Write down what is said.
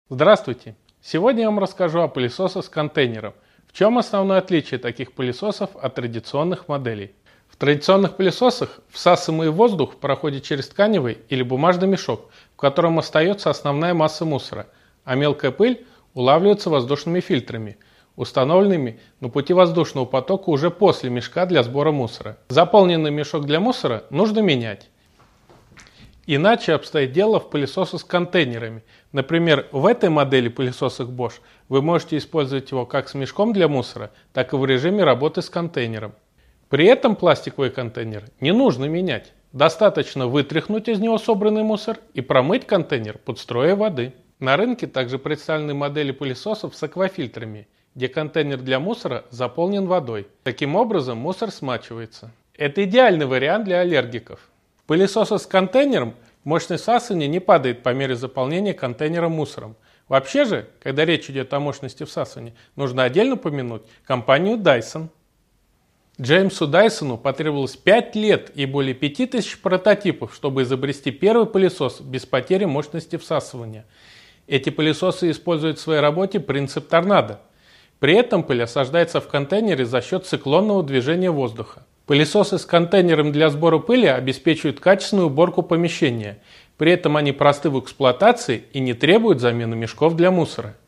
Здравствуйте! Сегодня я вам расскажу о пылесосах с контейнером. В чем основное отличие таких пылесосов от традиционных моделей? В традиционных пылесосах всасываемый воздух проходит через тканевый или бумажный мешок, в котором остается основная масса мусора, а мелкая пыль улавливается воздушными фильтрами, установленными на пути воздушного потока уже после мешка для сбора мусора. Заполненный мешок для мусора нужно менять. Иначе обстоит дело в пылесосах с контейнерами. Например, в этой модели пылесосов Bosch вы можете использовать его как с мешком для мусора, так и в режиме работы с контейнером. При этом пластиковый контейнер не нужно менять. Достаточно вытряхнуть из него собранный мусор и промыть контейнер под струей воды. На рынке также представлены модели пылесосов с аквафильтрами, где контейнер для мусора заполнен водой. Таким образом мусор смачивается. Это идеальный вариант для аллергиков. В пылесосах с контейнером мощность всасывания не падает по мере заполнения контейнера мусором. Вообще же, когда речь идет о мощности всасывания, нужно отдельно упомянуть компанию Dyson. Джеймсу Дайсону потребовалось 5 лет и более 5000 прототипов, чтобы изобрести первый пылесос без потери мощности всасывания. Эти пылесосы используют в своей работе принцип торнадо. При этом пыль осаждается в контейнере за счет циклонного движения воздуха. Пылесосы с контейнером для сбора пыли обеспечивают качественную уборку помещения. При этом они просты в эксплуатации и не требуют замены мешков для мусора.